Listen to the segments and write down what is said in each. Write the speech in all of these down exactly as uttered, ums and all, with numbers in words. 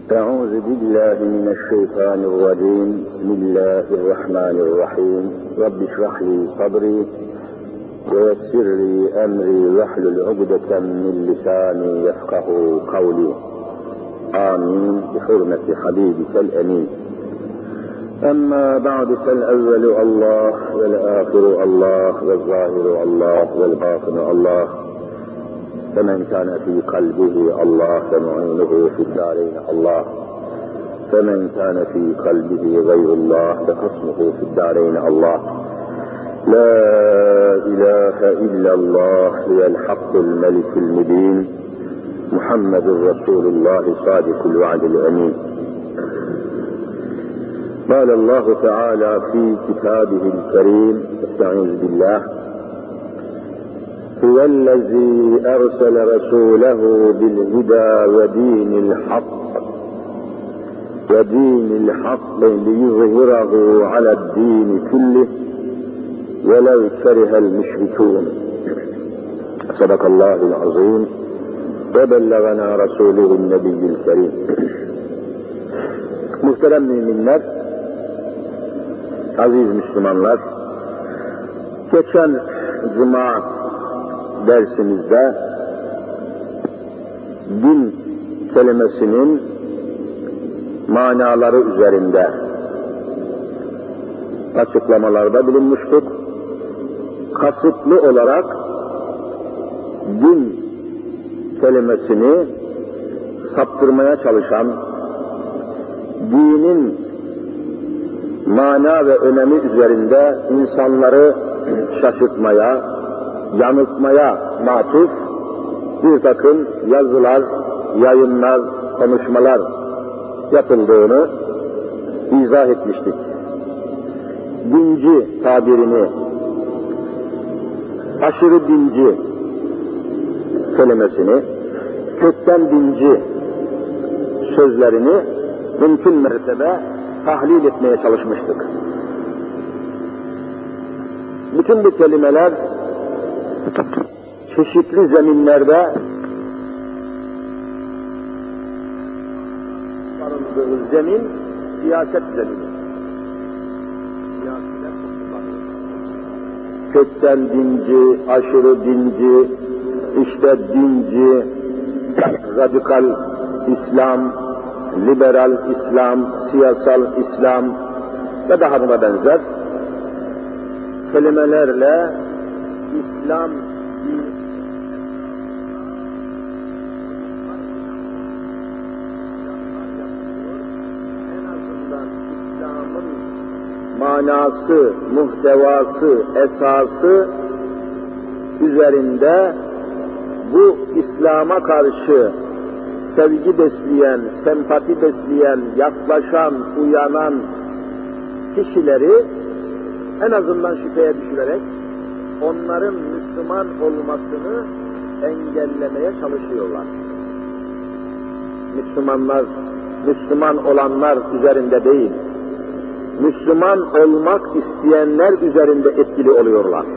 أعوذ بالله من الشيطان الرجيم بسم الله الرحمن الرحيم رب اشرح لي صدري ويسر لي أمري واحلل عقدة من لساني يفقه قولي آمين بحرمة حبيبك الأمين. أما بعد فالأول الله والآخر الله والظاهر الله والباطن الله، فمن كان في قلبه الله فمعينه في الدارين الله، فمن كان في قلبه غير الله فخصمه في الدارين الله. لا إله إلا الله هو الحق الملك المبين محمد رسول الله صادق الوعد الأمين. قال الله تعالى في كتابه الكريم استعيذ بالله: هو الذي أرسل رسوله بالهدى ودين الحق ودين الحق ليظهره على الدين كله ولو كره المشركون. صدق الله العظيم وبلغنا رسوله النبي الكريم. Muhterem müminler, aziz Müslümanlar, geçen Cuma dersimizde din kelimesinin manaları üzerinde açıklamalarda bulunmuştuk. Kasıtlı olarak din kelimesini saptırmaya çalışan, dinin mana ve önemi üzerinde insanları şaşırtmaya, yanıltmaya matuf bir takım yazılar, yayınlar, konuşmalar yapıldığını izah etmiştik. Dinci tabirini, aşırı dinci kelimesini, kökten dinci sözlerini mümkün mertebe tahlil etmeye çalışmıştık. Bütün bu kelimeler çeşitli zeminlerde barındırılır. Zemin, siyaset zemini. Kökten dinci, aşırı dinci, işte dinci, radikal İslam, liberal İslam, siyasal İslam ve daha buna benzer kelimelerle İslam manası, muhtevası, esası üzerinde bu İslam'a karşı sevgi besleyen, sempati besleyen, yaklaşan, uyanan kişileri en azından şüpheye düşürerek onların Müslüman olmasını engellemeye çalışıyorlar. Müslümanlar, Müslüman olanlar üzerinde değil, Müslüman olmak isteyenler üzerinde etkili oluyorlar.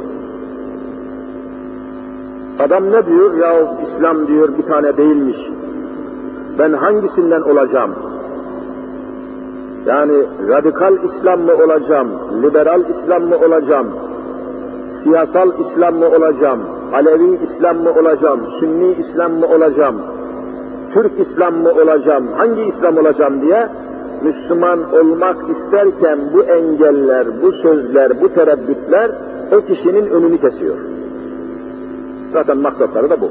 Adam ne diyor? Ya İslam diyor bir tane değilmiş. Ben hangisinden olacağım? Yani radikal İslam mı olacağım? Liberal İslam mı olacağım? Siyasal İslam mı olacağım? Alevi İslam mı olacağım? Sünni İslam mı olacağım? Türk İslam mı olacağım? Hangi İslam olacağım diye Müslüman olmak isterken bu engeller, bu sözler, bu tereddütler o kişinin önünü kesiyor. Zaten maksatları da bu.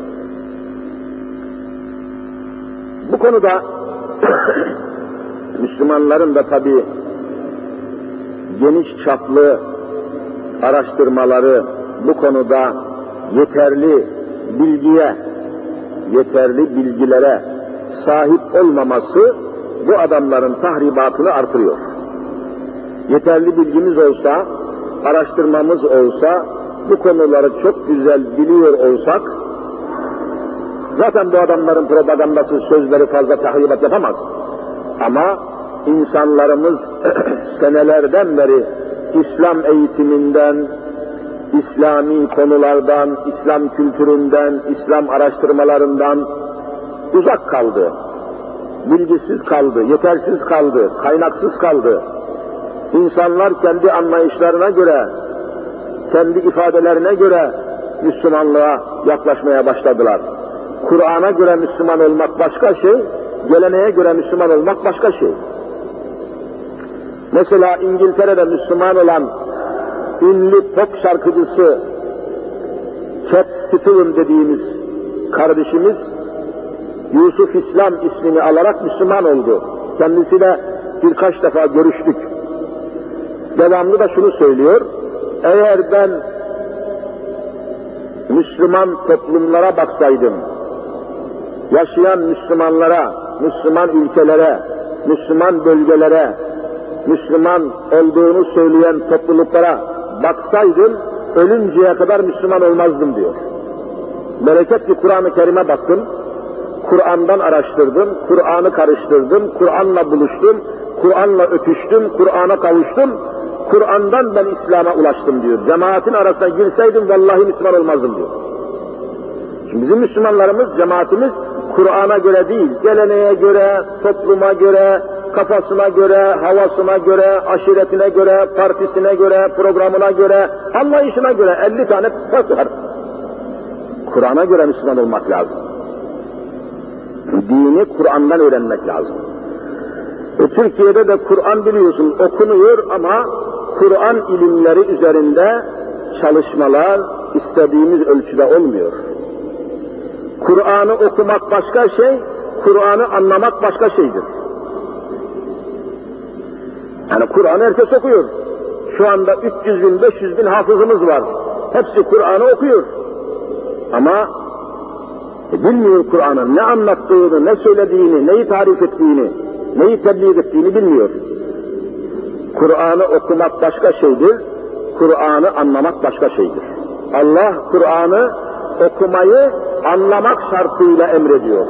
Bu konuda Müslümanların da tabii geniş çaplı araştırmaları bu konuda yeterli bilgiye, yeterli bilgilere sahip olmaması bu adamların tahribatını artırıyor. Yeterli bilgimiz olsa, araştırmamız olsa, bu konuları çok güzel biliyor olsak, zaten bu adamların propagandası, sözleri fazla tahribat yapamaz. Ama insanlarımız senelerden beri İslam eğitiminden, İslami konulardan, İslam kültüründen, İslam araştırmalarından uzak kaldı. bilgisiz kaldı, yetersiz kaldı, kaynaksız kaldı. İnsanlar kendi anlayışlarına göre, kendi ifadelerine göre Müslümanlığa yaklaşmaya başladılar. Kur'an'a göre Müslüman olmak başka şey, geleneğe göre Müslüman olmak başka şey. Mesela İngiltere'de Müslüman olan ünlü pop şarkıcısı Cat Stevens dediğimiz kardeşimiz Yusuf İslam ismini alarak Müslüman oldu. Kendisiyle birkaç defa görüştük. Devamlı da şunu söylüyor, eğer ben Müslüman toplumlara baksaydım, yaşayan Müslümanlara, Müslüman ülkelere, Müslüman bölgelere, Müslüman olduğunu söyleyen topluluklara baksaydım, ölünceye kadar Müslüman olmazdım diyor. Bereketli Kur'an-ı Kerim'e baktım, Kur'an'dan araştırdım, Kur'an'ı karıştırdım, Kur'an'la buluştum, Kur'an'la öpüştüm, Kur'an'a kavuştum, Kur'an'dan ben İslam'a ulaştım diyor. Cemaatin arasına girseydim vallahi Müslüman olmazdım diyor. Şimdi bizim Müslümanlarımız, cemaatimiz Kur'an'a göre değil, geleneğe göre, topluma göre, kafasına göre, havasına göre, aşiretine göre, partisine göre, programına göre, anlayışına göre elli tane fark var. Kur'an'a göre Müslüman olmak lazım. Dini Kur'an'dan öğrenmek lazım. E, Türkiye'de de Kur'an biliyorsun okunuyor ama Kur'an ilimleri üzerinde çalışmalar istediğimiz ölçüde olmuyor. Kur'an'ı okumak başka şey, Kur'an'ı anlamak başka şeydir. Yani Kur'an'ı herkes okuyor. Şu anda üç yüz bin, beş yüz bin hafızımız var. Hepsi Kur'an'ı okuyor. Ama e, bilmiyor Kur'an'ın ne anlattığını, ne söylediğini, neyi tarif ettiğini, neyi tebliğ ettiğini bilmiyor. Kur'an'ı okumak başka şeydir, Kur'an'ı anlamak başka şeydir. Allah Kur'an'ı okumayı anlamak şartıyla emrediyor.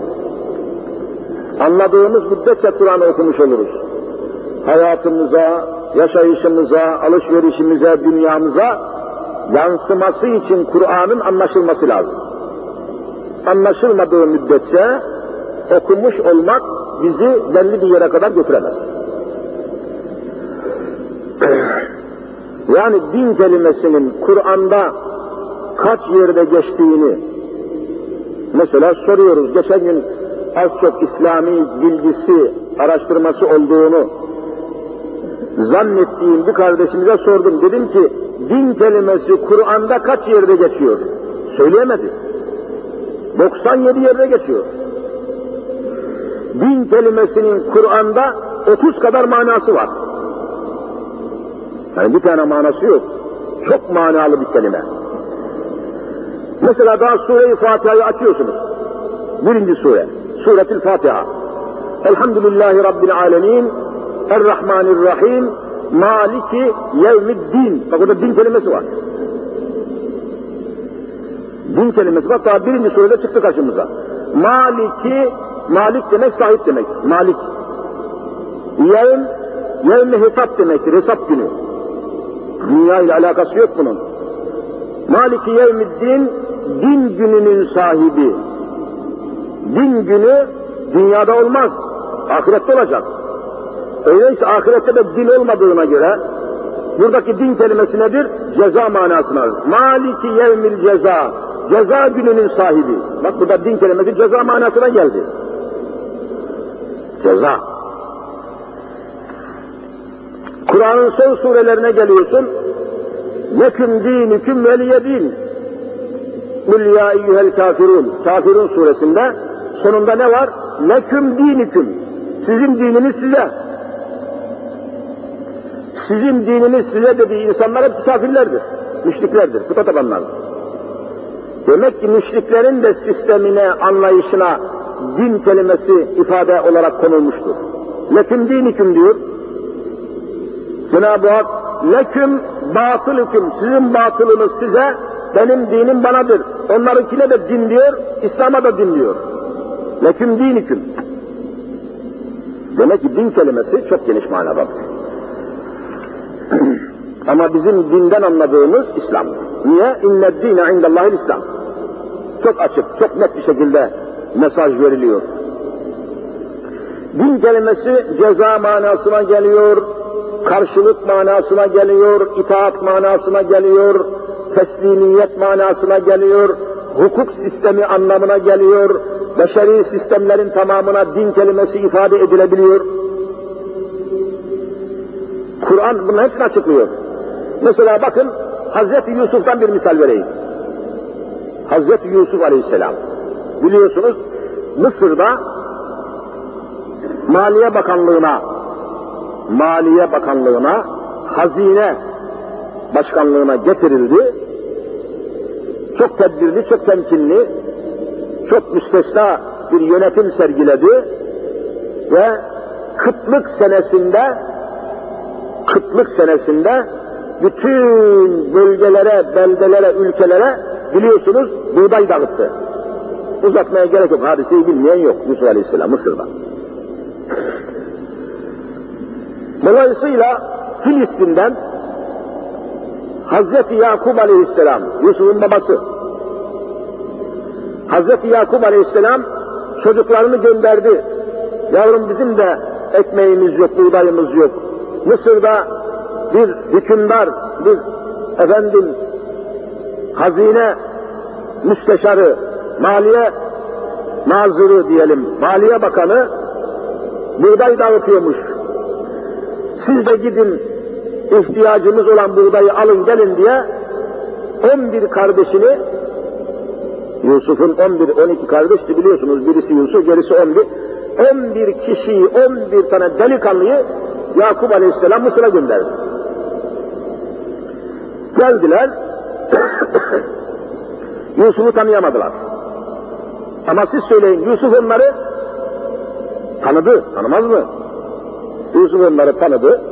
Anladığımız müddetçe Kur'an'ı okumuş oluruz. Hayatımıza, yaşayışımıza, alışverişimize, dünyamıza yansıması için Kur'an'ın anlaşılması lazım. Anlaşılmadığı müddetçe okumuş olmak bizi belli bir yere kadar götüremez. Yani din kelimesinin Kur'an'da kaç yerde geçtiğini mesela soruyoruz. Geçen gün az çok İslami bilgisi, araştırması olduğunu zannettiğim bir kardeşimize sordum. Dedim ki din kelimesi Kur'an'da kaç yerde geçiyor? Söyleyemedi. doksan yedi yerde geçiyor. Din kelimesinin Kur'an'da otuz kadar manası var. Yani bir tane manası yok. Çok manalı bir kelime. Mesela daha Sure-i Fatiha'yı açıyorsunuz. Birinci sure. Suretül Fatiha. Elhamdülillahi Rabbil Alemin. Errahmanirrahim. Maliki yevmiddin. Bak orada din kelimesi var. Din kelimesi var. Daha birinci surede çıktı karşımıza. Maliki, malik demek sahip demek. Malik. Yevm, yevm hesap demektir. Hesap günü. Dünya ile alakası yok bunun. Maliki yevmiddin, din gününün sahibi. Din günü dünyada olmaz. Ahirette olacak. Öyleyse ahirette de din olmadığına göre buradaki din kelimesi nedir? Ceza manasına. Maliki yevmil ceza. Ceza gününün sahibi. Bak burada din kelimesi ceza manasına geldi. Ceza. Kur'an'ın son surelerine geliyorsun. Leküm dinüküm veliyedin. Kul ya eyyuhel kafirun. Kafirun suresinde sonunda ne var? Leküm dinüküm. Sizin dininiz size. Sizin dininiz size dediği insanlar hepsi kafirlerdir. Müşriklerdir, puta tabanlardır. Demek ki müşriklerin de sistemine, anlayışına din kelimesi ifade olarak konulmuştur. Leküm dinüküm diyor. Cenab-ı Hak leküm batılüküm, sizin batılınız size, benim dinim banadır. Onlarınkine de din diyor, İslam'a da din diyor. Leküm dinüküm. Demek ki din kelimesi çok geniş manadadır. Ama bizim dinden anladığımız İslam. Niye? İnned dîne indellâhil İslam. Çok açık, çok net bir şekilde mesaj veriliyor. Din kelimesi ceza manasına geliyor, karşılık manasına geliyor, itaat manasına geliyor, teslimiyet manasına geliyor, hukuk sistemi anlamına geliyor, beşeri sistemlerin tamamına din kelimesi ifade edilebiliyor. Kur'an bunun hepsini açıklıyor. Mesela bakın, Hazreti Yusuf'tan bir misal vereyim. Hazreti Yusuf Aleyhisselam, biliyorsunuz Mısır'da Maliye Bakanlığı'na, Maliye Bakanlığı'na, Hazine Başkanlığı'na getirildi. Çok tedbirli, çok temkinli, çok müstesna bir yönetim sergiledi ve kıtlık senesinde, kıtlık senesinde bütün bölgelere, beldelere, ülkelere biliyorsunuz buğday dağıttı. Uzatmaya gerek yok, hadiseyi bilmeyen yok Yusuf Aleyhisselam Mısır'da. Dolayısıyla Filistin'den Hazreti Yakup Aleyhisselam, Yusuf'un babası, Hazreti Yakup Aleyhisselam çocuklarını gönderdi. Yavrum bizim de ekmeğimiz yok, buğdayımız yok. Mısır'da bir hükümdar, bir efendim hazine müsteşarı, maliye nazırı diyelim, maliye bakanı buğday dağıtıyormuş. Siz de gidin ihtiyacımız olan buğdayı alın gelin diye on bir kardeşini, Yusuf'un on bir on iki kardeşti biliyorsunuz, birisi Yusuf, gerisi on bir, on bir kişiyi, on bir tane delikanlıyı Yakup Aleyhisselam Mısır'a gönderdi. Geldiler, Yusuf'u tanıyamadılar. Ama siz söyleyin, Yusuf onları tanıdı, tanımaz mı? Yusuf onları tanıdı.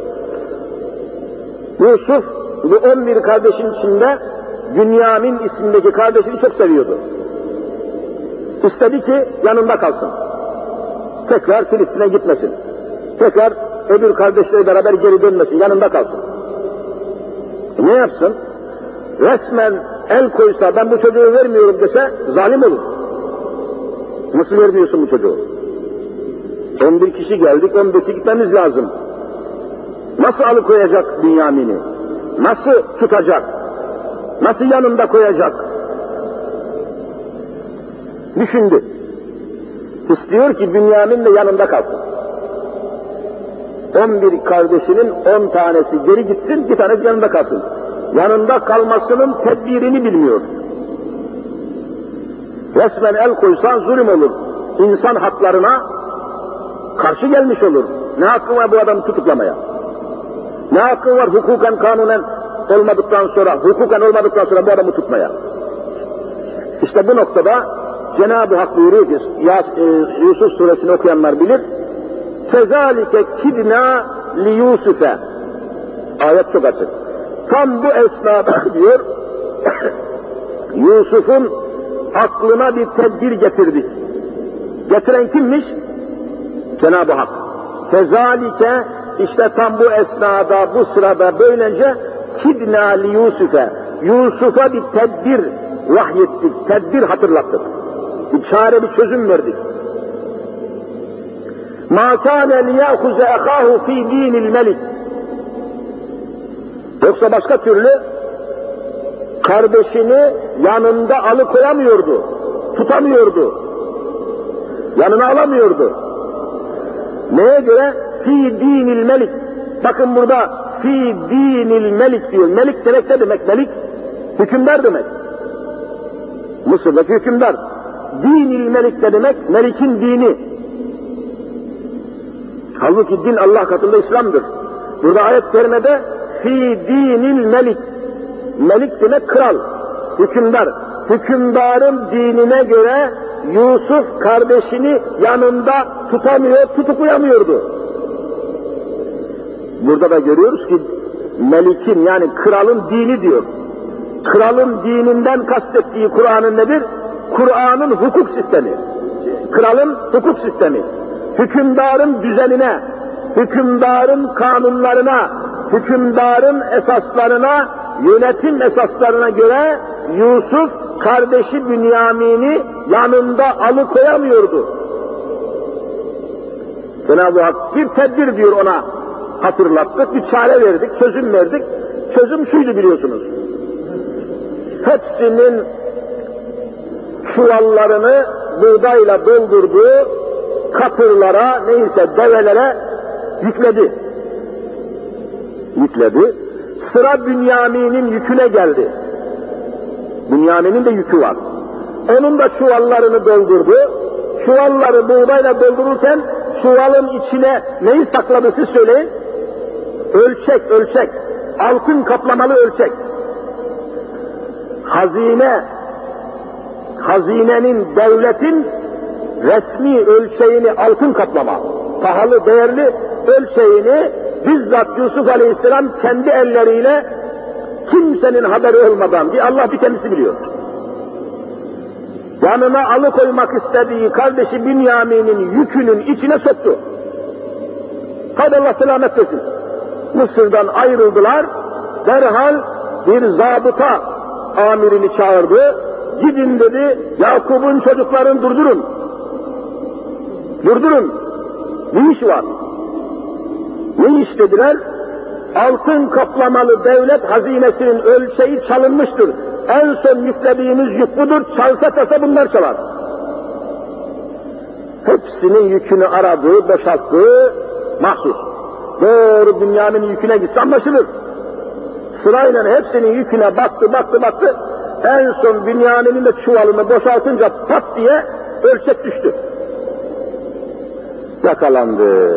Yusuf bu on bir kardeşin içinde Bünyamin ismindeki kardeşini çok seviyordu. İstedi ki yanında kalsın. Tekrar Filistin'e gitmesin. Tekrar öbür kardeşleri beraber geri dönmesin, yanında kalsın. E ne yapsın? Resmen el koysa, ben bu çocuğu vermiyorum dese zalim olur. Nasıl vermiyorsun bu çocuğu? on bir kişi geldik, on beşe gitmemiz lazım. Nasıl alıkoyacak Bünyamin'i? Nasıl tutacak? Nasıl yanında koyacak? Düşündü. İstiyor ki Bünyamin de yanında kalsın. on bir kardeşinin on tanesi geri gitsin, bir tanesi yanında kalsın. Yanında kalmasının tedbirini bilmiyor. Resmen el koysan zulüm olur. İnsan haklarına karşı gelmiş olur. Ne hakkı var bu adamı tutuklamaya? Ne hakkı var hukuken, kanunen olmadıktan sonra, hukuken olmadıktan sonra bu adamı tutmaya? İşte bu noktada Cenab-ı Hak buyuruyor ki, Yusuf suresini okuyanlar bilir, فَذَٰلِكَ كِدْنَا لِيُوسُفَ. Ayet çok açık. Tam bu esnada diyor, Yusuf'un aklına bir tedbir getirdik. Getiren kimmiş? Cenab-ı Hak. Fezalike, işte tam bu esnada, bu sırada böylece kidna li Yusuf'e, Yusuf'a bir tedbir vahyettik, tedbir hatırlattık. Bir çare, bir çözüm verdik. مَا كَانَ لِيَأْخُزَ اَخَاهُ ف۪ي د۪ينِ الْمَلِكِ. Yoksa başka türlü kardeşini yanında alıkoyamıyordu, tutamıyordu, yanına alamıyordu. Neye göre? Fi dinil melik. Bakın burada fi dinil melik diyor. Melik demek ne demek? Melik, hükümdar demek. Mısır'daki hükümdar. Dinil melik ne demek? Melik'in dini. Halbuki din Allah katında İslam'dır. Burada ayet-i kerimede fi dinil melik. Melik demek kral, hükümdar. Hükümdarın dinine göre Yusuf kardeşini yanında tutamıyor, tutuklayamıyordu. Burada da görüyoruz ki Melik'in, yani kralın dini diyor. Kralın dininden kastettiği Kur'an'ın nedir? Kur'an'ın hukuk sistemi. Kralın hukuk sistemi. Hükümdarın düzenine, hükümdarın kanunlarına, hükümdarın esaslarına, yönetim esaslarına göre Yusuf kardeşi Bünyamin'i yanında alıkoyamıyordu. Cenab-ı Hak bir tedbir diyor ona hatırlattık, bir çare verdik, çözüm verdik. Çözüm şuydu biliyorsunuz. Hepsinin çuvallarını buğdayla doldurduğu katırlara, neyse develere yükledi. Yükledi. Sıra Bünyamin'in yüküne geldi. Bünyamin'in de yükü var. Onun da çuvallarını doldurdu. Çuvalları buğdayla doldururken çuvalın içine neyi sakladı siz söyleyin? Ölçek, ölçek. Altın kaplamalı ölçek. Hazine, hazinenin, devletin resmi ölçeğini altın kaplama, pahalı, değerli ölçeğini bizzat Yusuf Aleyhisselam kendi elleriyle kimsenin haberi olmadan, bir Allah bir kendisi biliyor. Yanına alıkoymak istediği kardeşi Bünyamin'in yükünün içine soktu. Hadi Allah selamet versin. Mısır'dan ayrıldılar, derhal bir zabıta amirini çağırdı. Gidin dedi, Yakup'un çocuklarını durdurun. Durdurun. Ne iş var? Ne iş dediler? Altın kaplamalı devlet hazinesinin ölçeği çalınmıştır. En son yüklediğimiz yük budur, çalsa tasa bunlar çalar. Hepsinin yükünü aradı, boşalttı, mahsus. Doğru Bünyamin'in yüküne gitse anlaşılır. Sırayla hepsinin yüküne baktı, baktı, baktı. En son Bünyamin'in de çuvalını boşaltınca pat diye ölçek düştü. Yakalandı.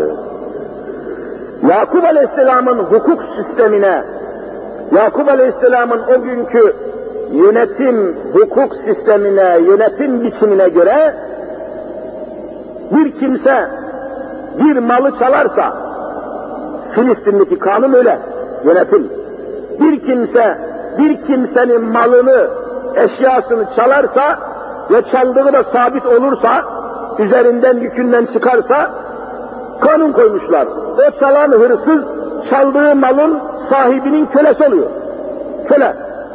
Yakup Aleyhisselam'ın hukuk sistemine, Yakup Aleyhisselam'ın o günkü yönetim, hukuk sistemine, yönetim biçimine göre bir kimse bir malı çalarsa, Filistin'deki kanun öyle, yönetim. Bir kimse, bir kimsenin malını, eşyasını çalarsa ve çaldığı da sabit olursa, üzerinden yükünden çıkarsa, kanun koymuşlar. O çalan hırsız, çaldığı malın sahibinin kölesi oluyor. Köle.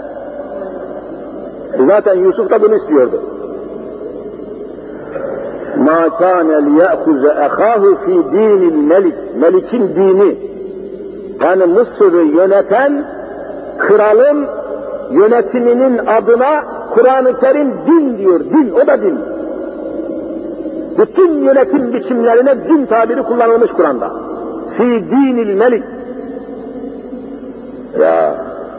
Zaten Yusuf da bunu istiyordu. مَا كَانَ لِيَأْخُزَ اَخَاهُ فِي دِينِ الْمَلِكِ Melik'in dini, yani Mısır'ı yöneten kralın yönetiminin adına Kur'an-ı Kerim din diyor, din, o da din. Bütün yönetim biçimlerine din tabiri kullanılmış Kur'an'da. Fi dinil melik. Ya,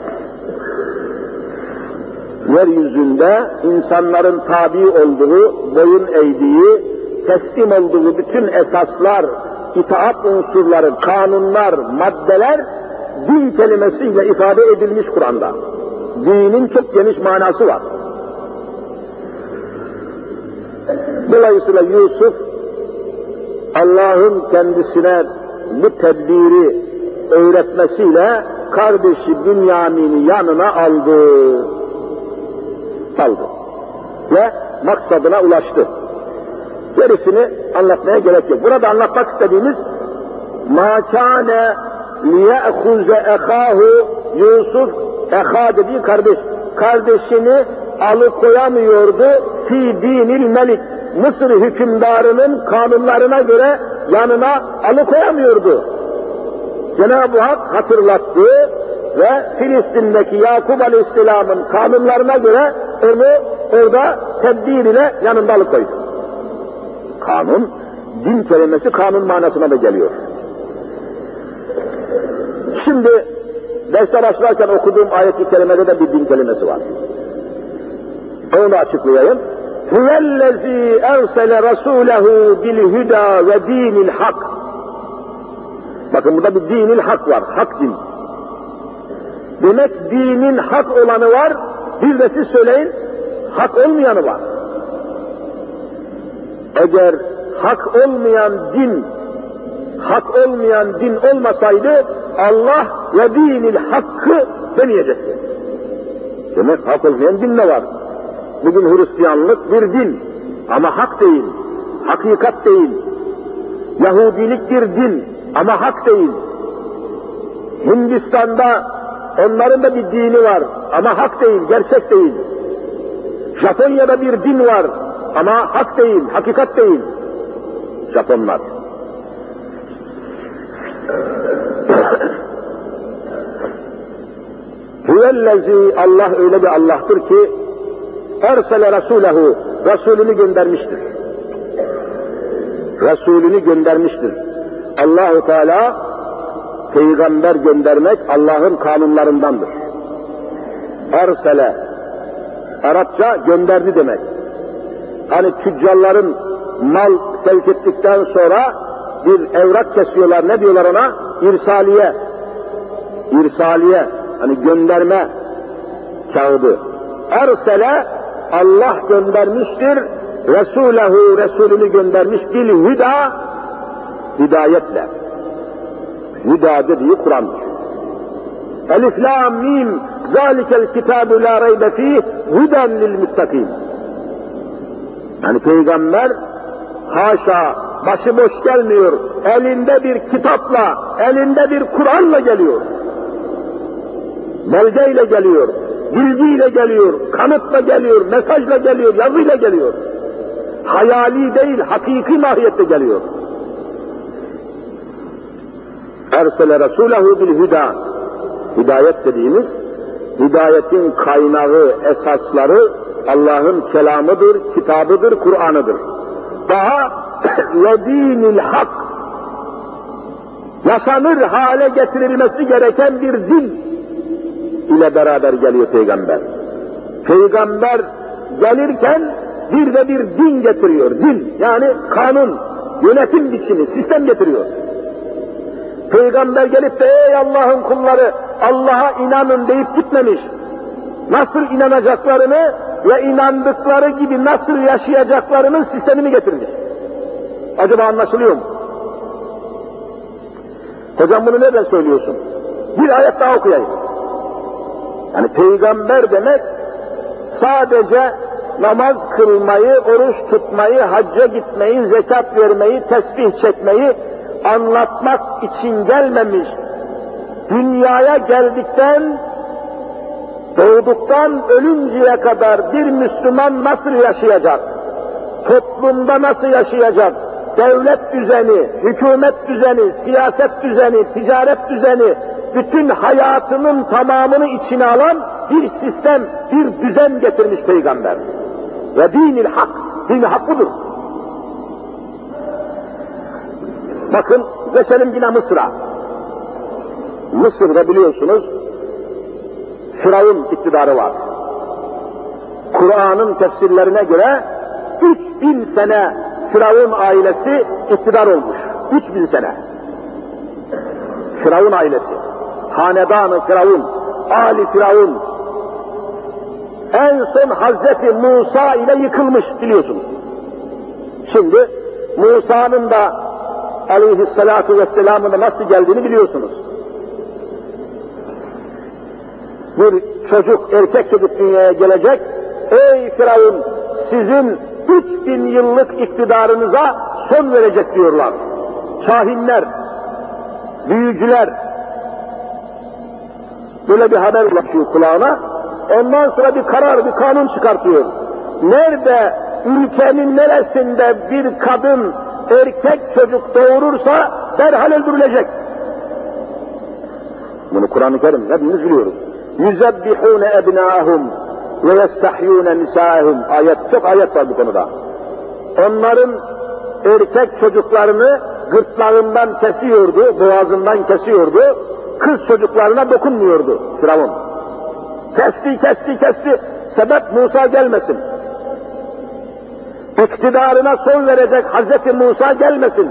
yeryüzünde insanların tabi olduğu, boyun eğdiği, teslim olduğu bütün esaslar, itaat unsurları, kanunlar, maddeler din kelimesiyle ifade edilmiş Kur'an'da. Dinin çok geniş manası var. Dolayısıyla Yusuf, Allah'ın kendisine bu tedbiri öğretmesiyle kardeşi Bünyamin'i yanına aldı. Aldı. Ve maksadına ulaştı. Gerisini anlatmaya gerek yok. Burada anlatmak istediğimiz مَا كَانَ لِيَأْخُزَ اَخَاهُ Yusuf, eha dediği kardeş, kardeşini alıkoyamıyordu fi dinil melik. Mısır hükümdarının kanunlarına göre yanına alıkoyamıyordu. Cenab-ı Hak hatırlattı ve Filistin'deki Yakup Aleyhisselam'ın kanunlarına göre onu orada tedbir ile yanında alıkoydu. Kanun, din kelimesi kanun manasına da geliyor. Şimdi derse başlarken okuduğum ayet-i kerimede de bir din kelimesi var. Onu açıklayayım. Huvellezî ersele rasûlehu bilhüdâ ve dînil hak. Bakın burada bir dinil hak var, hak din. Demek dinin hak olanı var, bir de siz söyleyin, hak olmayanı var. Eğer hak olmayan din, hak olmayan din olmasaydı, Allah ve dinil hakkı demeyecekti. Demek hak olmayan din ne var? Bugün Hristiyanlık bir din ama hak değil, hakikat değil. Yahudilik bir din ama hak değil. Hindistan'da onların da bir dini var ama hak değil, gerçek değil. Japonya'da bir din var ama hak değil, hakikat değil. Japonlar. Hüvellezî, Allah öyle bir Allah'tır ki ersele Resûlehu, Resulünü göndermiştir. Resulünü göndermiştir. Allah-u Teala peygamber göndermek Allah'ın kanunlarındandır. Ersele, Arapça gönderdi demek. Hani tüccarların mal sevk ettikten sonra bir evrak kesiyorlar, ne diyorlar ona? İrsaliye. İrsaliye, hani gönderme kağıdı. Ersele, Allah göndermiştir, Resulehu, Resulünü göndermiş, bil hüda, hidayetle. Hüda dediği Kur'an'dır. Elif, la, mim, zalikel kitabu la reybe fih, hüden lil muttakin. Yani peygamber, haşa, başıboş gelmiyor, elinde bir kitapla, elinde bir Kur'an'la geliyor. Belgeyle geliyor, bilgiyle geliyor, kanıtla geliyor, mesajla geliyor, yazıyla geliyor. Hayali değil, hakiki mahiyette geliyor. Ersele Resûlehu bil hüda. Hidayet dediğimiz, hidayetin kaynağı, esasları Allah'ın kelamıdır, kitabıdır, Kur'an'ıdır. Daha ve dinil hak, yaşanır hale getirilmesi gereken bir din ile beraber geliyor peygamber. Peygamber gelirken bir de bir din getiriyor, din, yani kanun, yönetim biçimi, sistem getiriyor. Peygamber gelip de ey Allah'ın kulları, Allah'a inanın deyip gitmemiş. Nasıl inanacaklarını ve inandıkları gibi nasıl yaşayacaklarının sistemini getirmiş. Acaba anlaşılıyor mu? Hocam bunu nereden söylüyorsun? Bir ayet daha okuyayım. Yani peygamber demek sadece namaz kılmayı, oruç tutmayı, hacca gitmeyi, zekat vermeyi, tesbih çekmeyi anlatmak için gelmemiş. Dünyaya geldikten, doğduktan ölünceye kadar bir Müslüman nasıl yaşayacak? Toplumda nasıl yaşayacak? Devlet düzeni, hükümet düzeni, siyaset düzeni, ticaret düzeni, bütün hayatının tamamını içine alan bir sistem, bir düzen getirmiş peygamber. Ve dinil hak, din-i hak budur. Bakın, geçelim yine Mısır'a. Mısır'da biliyorsunuz, Firavun iktidarı var. Kur'an'ın tefsirlerine göre üç bin sene Firavun ailesi iktidar olmuş. Üç bin sene. Firavun ailesi. Hanedan-ı Firavun, Ali Firavun. En son Hazreti Musa ile yıkılmış biliyorsunuz. Şimdi Musa'nın da aleyhissalatu vesselam'ın da nasıl geldiğini biliyorsunuz. Bir çocuk, erkek çocuk dünyaya gelecek. Ey Firavun, sizin üç bin yıllık iktidarınıza son verecek diyorlar. Kahinler, büyücüler, böyle bir haber ulaşıyor kulağına. Ondan sonra bir karar, bir kanun çıkartıyor. Nerede, ülkenin neresinde bir kadın, erkek çocuk doğurursa derhal öldürülecek. Bunu Kur'an-ı Kerim hepimiz biliyoruz. yüzebbihûne ebnâhum ve yestahyûne nisâhum. Ayet, çok ayet var bu konuda. Onların erkek çocuklarını gırtlağından kesiyordu, boğazından kesiyordu, kız çocuklarına dokunmuyordu Firavun. Kesti, kesti, kesti, sebep Musa gelmesin. İktidarına son verecek Hazreti Musa gelmesin.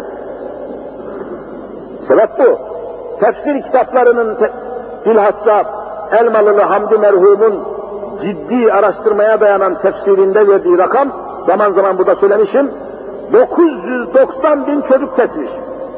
Sebep bu. Tefsir kitaplarının te bilhassa Elmalılı Hamdi merhumun ciddi araştırmaya dayanan tefsirinde verdiği rakam, zaman zaman burada söylemişim, dokuz yüz doksan bin çocuk kesmiş.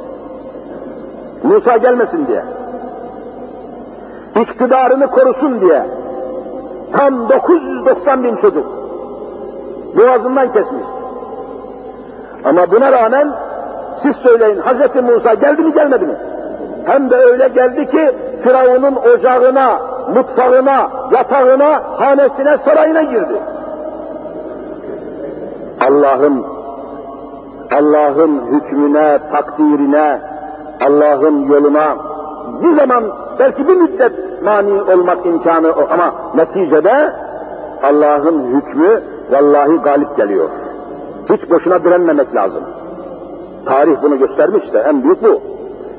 Musa gelmesin diye. İktidarını korusun diye. Tam dokuz yüz doksan bin çocuk. Boğazından kesmiş. Ama buna rağmen siz söyleyin, Hazreti Musa geldi mi gelmedi mi? Hem de öyle geldi ki Firavun'un ocağına, mutfağına, yatağına, hanesine, sarayına girdi. Allah'ın Allah'ın hükmüne, takdirine, Allah'ın yoluna bir zaman, belki bir müddet mani olmak imkanı o, ama neticede Allah'ın hükmü vallahi galip geliyor. Hiç boşuna direnmemek lazım. Tarih bunu göstermiş de en büyük bu.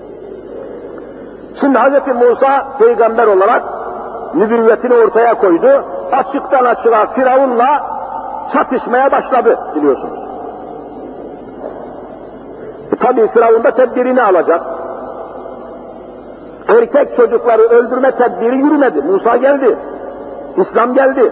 Şimdi Hz. Musa peygamber olarak nübüvvetini ortaya koydu. Açıktan açığa Firavun'la çatışmaya başladı biliyorsunuz. E, tabii Firavun da tedbirini alacak. Erkek çocukları öldürme tedbiri yürümedi. Musa geldi. İslam geldi.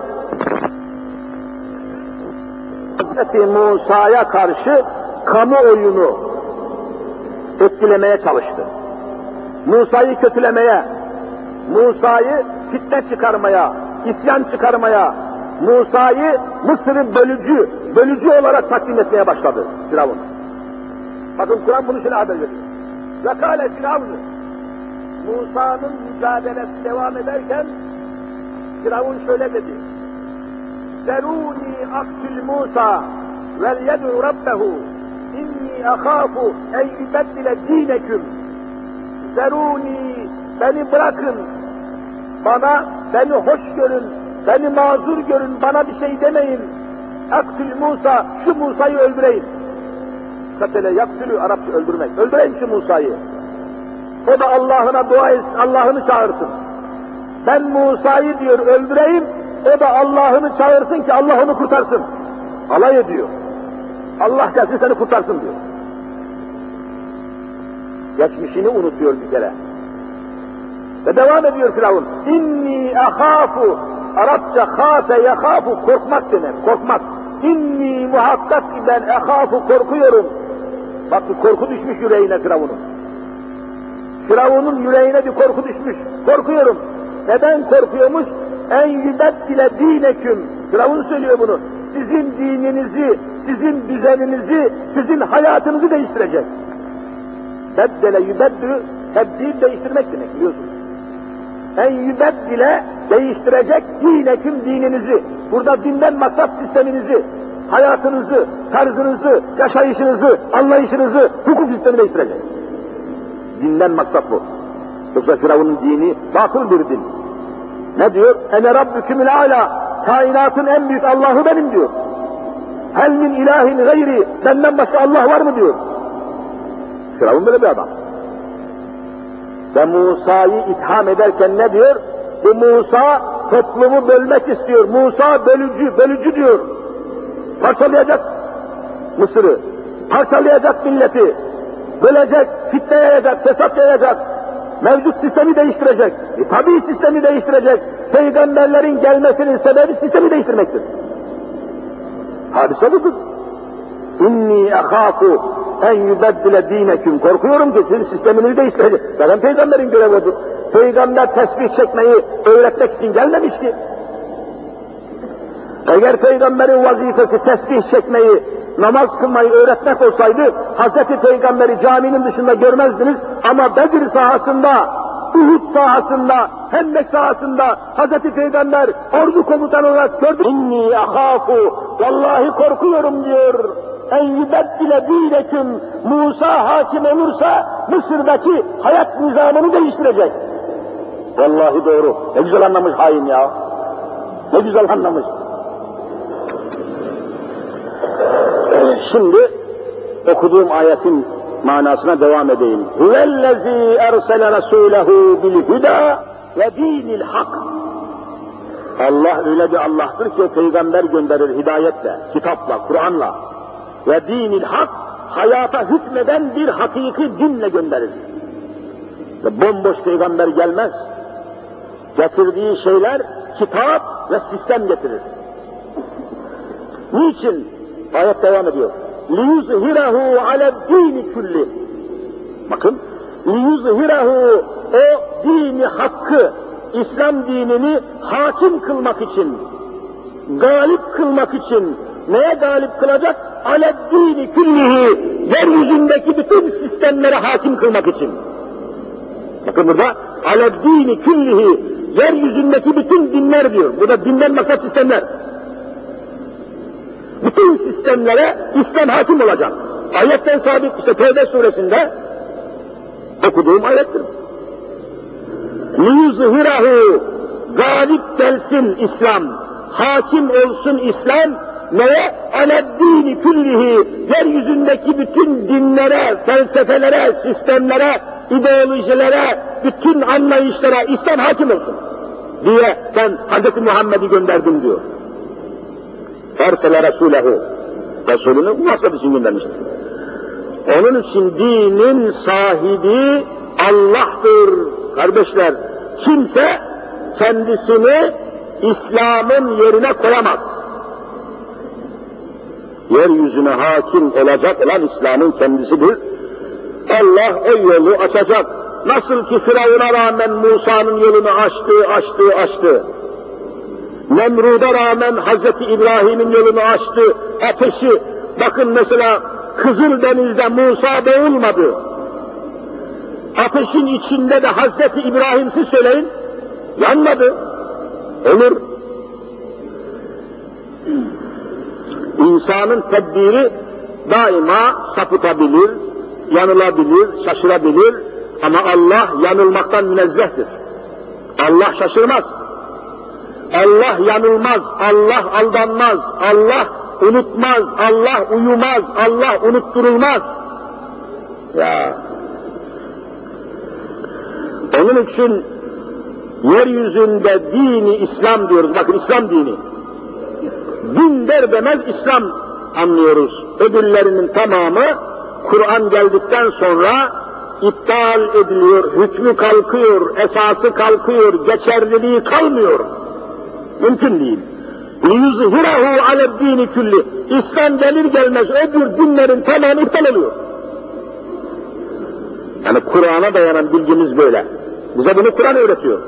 Hz. Musa'ya karşı kamuoyunu etkilemeye çalıştı. Musa'yı kötülemeye, Musa'yı fitne çıkarmaya, isyan çıkarmaya, Musa'yı Mısır'ı bölücü, bölücü olarak takdim etmeye başladı Firavun. Bakın Kur'an bunu şöyle haber veriyor. Zakale Firavun, Musa'nın mücadelesi devam ederken Firavun şöyle dedi. Zeruni aktul Musa vel yed'u rabbehu inni akhafu en yubeddile dineküm. Zeruni, beni bırakın, bana, beni hoş görün, beni mazur görün, bana bir şey demeyin. Aktul Musa, şu Musa'yı öldüreyim. Katele yaktülü, Arapça öldürmek. Öldüreyim şu Musa'yı. O da Allah'ına dua etsin, Allah'ını çağırsın. Ben Musa'yı diyor öldüreyim, o da Allah'ını çağırsın ki Allah onu kurtarsın. Alay ediyor. Allah gelsin seni kurtarsın diyor. Geçmişini unutuyor bir kere. Ve devam ediyor Firavun. İnni ahafu, Arapça hafe yahafu, korkmak demek, korkmak. İnni muhakkak ki ben ahafu, korkuyorum. Bak bir korku düşmüş yüreğine Firavun'un. Firavun'un yüreğine bir korku düşmüş. Korkuyorum. Neden korkuyormuş? En yübeddile dineküm. Firavun söylüyor bunu. Sizin dininizi, sizin düzeninizi, sizin hayatınızı değiştirecek. Beddele yübeddülü, tebdil değiştirmek demek biliyorsunuz. En yübeddile değiştirecek dineküm dininizi. Burada dinden maksat sisteminizi, hayatınızı, tarzınızı, yaşayışınızı, anlayışınızı, hukuk sistemi değiştirecek. Dinden maksat bu. Yoksa Firavun'un dini batıl bir din. Ne diyor? Ene rabbükümül âlâ, kainatın en büyük Allah'ı benim diyor. Hel min ilahin gayri, benden başka Allah var mı diyor. Firavun böyle bir adam. Ve Musa'yı itham ederken ne diyor? Bu Musa toplumu bölmek istiyor. Musa bölücü, bölücü diyor. Parçalayacak Mısır'ı, parçalayacak milleti, bölecek, fitne yayacak, fesat yayacak, mevcut sistemi değiştirecek. E tabii sistemi değiştirecek. Peygamberlerin gelmesinin sebebi sistemi değiştirmektir. Hadise budur. İnni ehâfu en yübeddile dineküm. Korkuyorum ki sizin sisteminizi değiştirecek. Zaten peygamberin görevi odur. Peygamber tesbih çekmeyi öğretmek için gelmemiş ki. Eğer peygamberin vazifesi tesbih çekmeyi, namaz kılmayı öğretmek olsaydı, Hazreti Peygamberi caminin dışında görmezdiniz ama Bedir sahasında, Uhud sahasında, Hendek sahasında Hazreti Peygamber ordu komutanı olarak gördük. İnni ahâfu, vallahi korkuyorum diyor. En yübeddile dineküm, Musa hakim olursa Mısır'daki hayat nizamını değiştirecek. Vallahi doğru. Ne güzel anlamış hain ya. Ne güzel anlamış. Şimdi okuduğum ayetin manasına devam edeyim. Huvellezî ersele rasûlehu bilhuda ve dinil hak. Allah öyle bir Allah'tır ki peygamber gönderir hidayetle, kitapla, Kur'an'la ve dinil hak, hayata hükmeden bir hakiki dinle gönderir. Ve bomboş peygamber gelmez. Getirdiği şeyler kitap ve sistem getirir. Niçin? Ayet devam ediyor. لِيُزْهِرَهُ عَلَى الدِّينِ كُلِّ. Bakın, لِيُزْهِرَهُ, o dini hakkı, İslam dinini hakim kılmak için, galip kılmak için, neye galip kılacak? عَلَى الدِّينِ كُلِّهِ, yeryüzündeki bütün sistemlere hakim kılmak için. Bakın burada, عَلَى الدِّينِ كُلِّهِ, yeryüzündeki bütün dinler diyor. Burada dinden maksat sistemler. Bütün sistemlere İslam hakim olacak. Ayetten sabit, işte Tevbe suresinde okuduğum ayettir. liyuzhirahu, galip gelsin İslam, hakim olsun İslam, neye? Aleddini küllihi, yeryüzündeki bütün dinlere, felsefelere, sistemlere, ideolojilere, bütün anlayışlara İslam hakim olsun diye ben Hz. Muhammed'i gönderdim diyor. Ersele Resulehu, Resulünü bu maksat için göndermiştir. Onun için dinin sahibi Allah'tır kardeşler. Kimse kendisini İslam'ın yerine koyamaz. Yeryüzüne hakim olacak olan İslam'ın kendisidir. Allah o yolu açacak. Nasıl ki Firavun'a rağmen Musa'nın yolunu açtı, açtı, açtı. Nemrud'a rağmen Hazreti İbrahim'in yolunu açtı, ateşi. Bakın mesela Kızıldeniz'de Musa boğulmadı. Ateşin içinde de Hazreti İbrahim, siz söyleyin, yanmadı. Olur. İnsanın tedbiri daima sapıtabilir, yanılabilir, şaşırabilir ama Allah yanılmaktan münezzehtir. Allah şaşırmaz. Allah yanılmaz, Allah aldanmaz, Allah unutmaz, Allah uyumaz, Allah unutturulmaz. Ya. Onun için yeryüzünde dini İslam diyoruz. Bakın İslam dini. Din der demez İslam anlıyoruz. Öbürlerinin tamamı Kur'an geldikten sonra iptal ediliyor, hükmü kalkıyor, esası kalkıyor, geçerliliği kalmıyor. Mümkün değil. liyuzhirahu aleddini külli. İslam gelir gelmez öbür dinlerin tamamı iptal oluyor. Yani Kur'an'a dayanan bilgimiz böyle. Bize bunu Kur'an öğretiyor.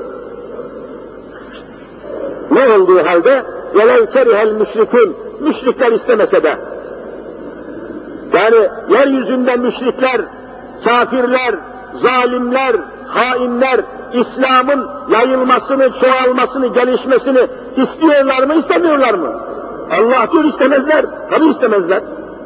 Ne olduğu halde وَلَوْ كَرِهَ الْمُشْرِكُونَ, müşrikler istemese de. Yani yeryüzünde müşrikler, kafirler, zalimler, hainler İslam'ın yayılmasını, çoğalmasını, gelişmesini istiyorlar mı, istemiyorlar mı? Allah diyor istemezler, tabi istemezler.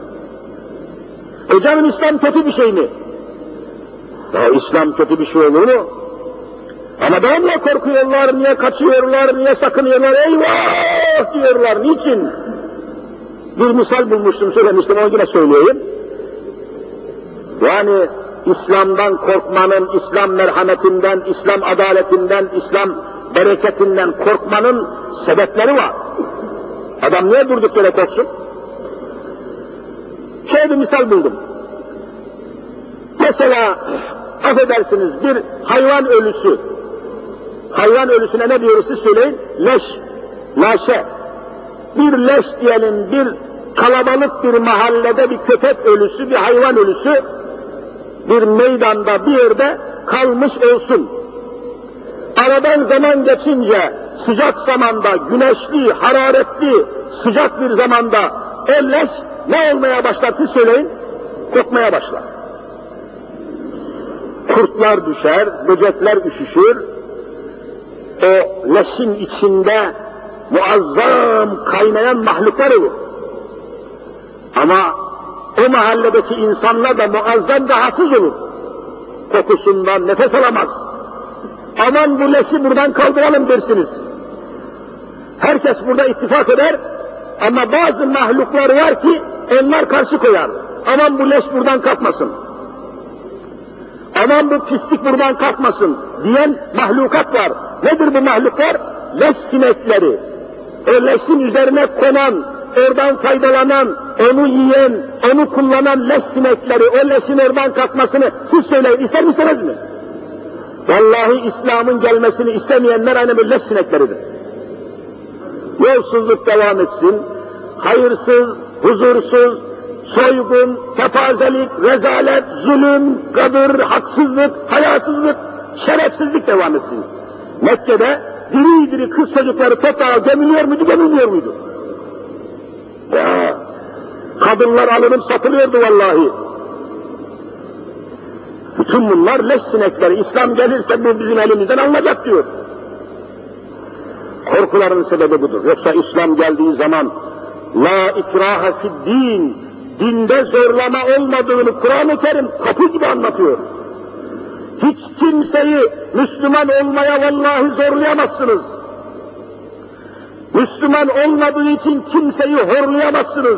Hocam İslam kötü bir şey mi? Ya İslam kötü bir şey olur mu? Ama da niye korkuyorlar, niye kaçıyorlar, niye sakınıyorlar, eyvah diyorlar, niçin? Bir misal bulmuştum, söylemiştim, onu yine söyleyeyim. Yani İslam'dan korkmanın, İslam merhametinden, İslam adaletinden, İslam bereketinden korkmanın sebepleri var. Adam niye durduk yere korksun? Şöyle bir misal buldum. Mesela, affedersiniz, bir hayvan ölüsü, hayvan ölüsüne ne diyoruz siz söyleyin? Leş, laşe. Bir leş diyelim, bir kalabalık bir mahallede bir köpek ölüsü, bir hayvan ölüsü, bir meydanda, bir yerde kalmış olsun. Aradan zaman geçince, sıcak zamanda, güneşli, hararetli, sıcak bir zamanda o leş ne olmaya başlar siz söyleyin? Kokmaya başlar. Kurtlar düşer, böcekler üşüşür, o leşin içinde muazzam kaynayan mahluklar olur. Ama o mahalledeki insanlar da muazzam rahatsız olur. Kokusundan nefes alamaz. Aman bu leşi buradan kaldıralım dersiniz. Herkes burada ittifak eder ama bazı mahluklar var ki onlar karşı koyar. Aman bu leş buradan kalkmasın. Aman bu pislik buradan kalkmasın diyen mahlukat var. Nedir bu mahluklar? Leş sinekleri. O leşin üzerine konan, oradan faydalanan, onu yiyen, onu kullanan leş sinekleri, o leşin oradan kalkmasını siz söyleyin, ister mi istemez mi? Vallahi İslam'ın gelmesini istemeyenler aynı bir leş sinekleridir. Yolsuzluk devam etsin, hayırsız, huzursuz, soygun, kepazelik, rezalet, zulüm, gadır, haksızlık, hayasızlık, şerefsizlik devam etsin. Mekke'de diri diri kız çocukları toprağa gömülüyor muydu, gömülmüyor muydu? Ya, kadınlar alınıp satılıyordu vallahi. Bütün bunlar leş sinekleri. İslam gelirse bu bizim elimizden alınacak diyor. Korkuların sebebi budur. Yoksa İslam geldiği zaman la ikraha fid din, dinde zorlama olmadığını Kur'an-ı Kerim kapı gibi anlatıyor. Hiç kimseyi Müslüman olmaya vallahi zorlayamazsınız. Müslüman olmadığı için kimseyi horlayamazsınız.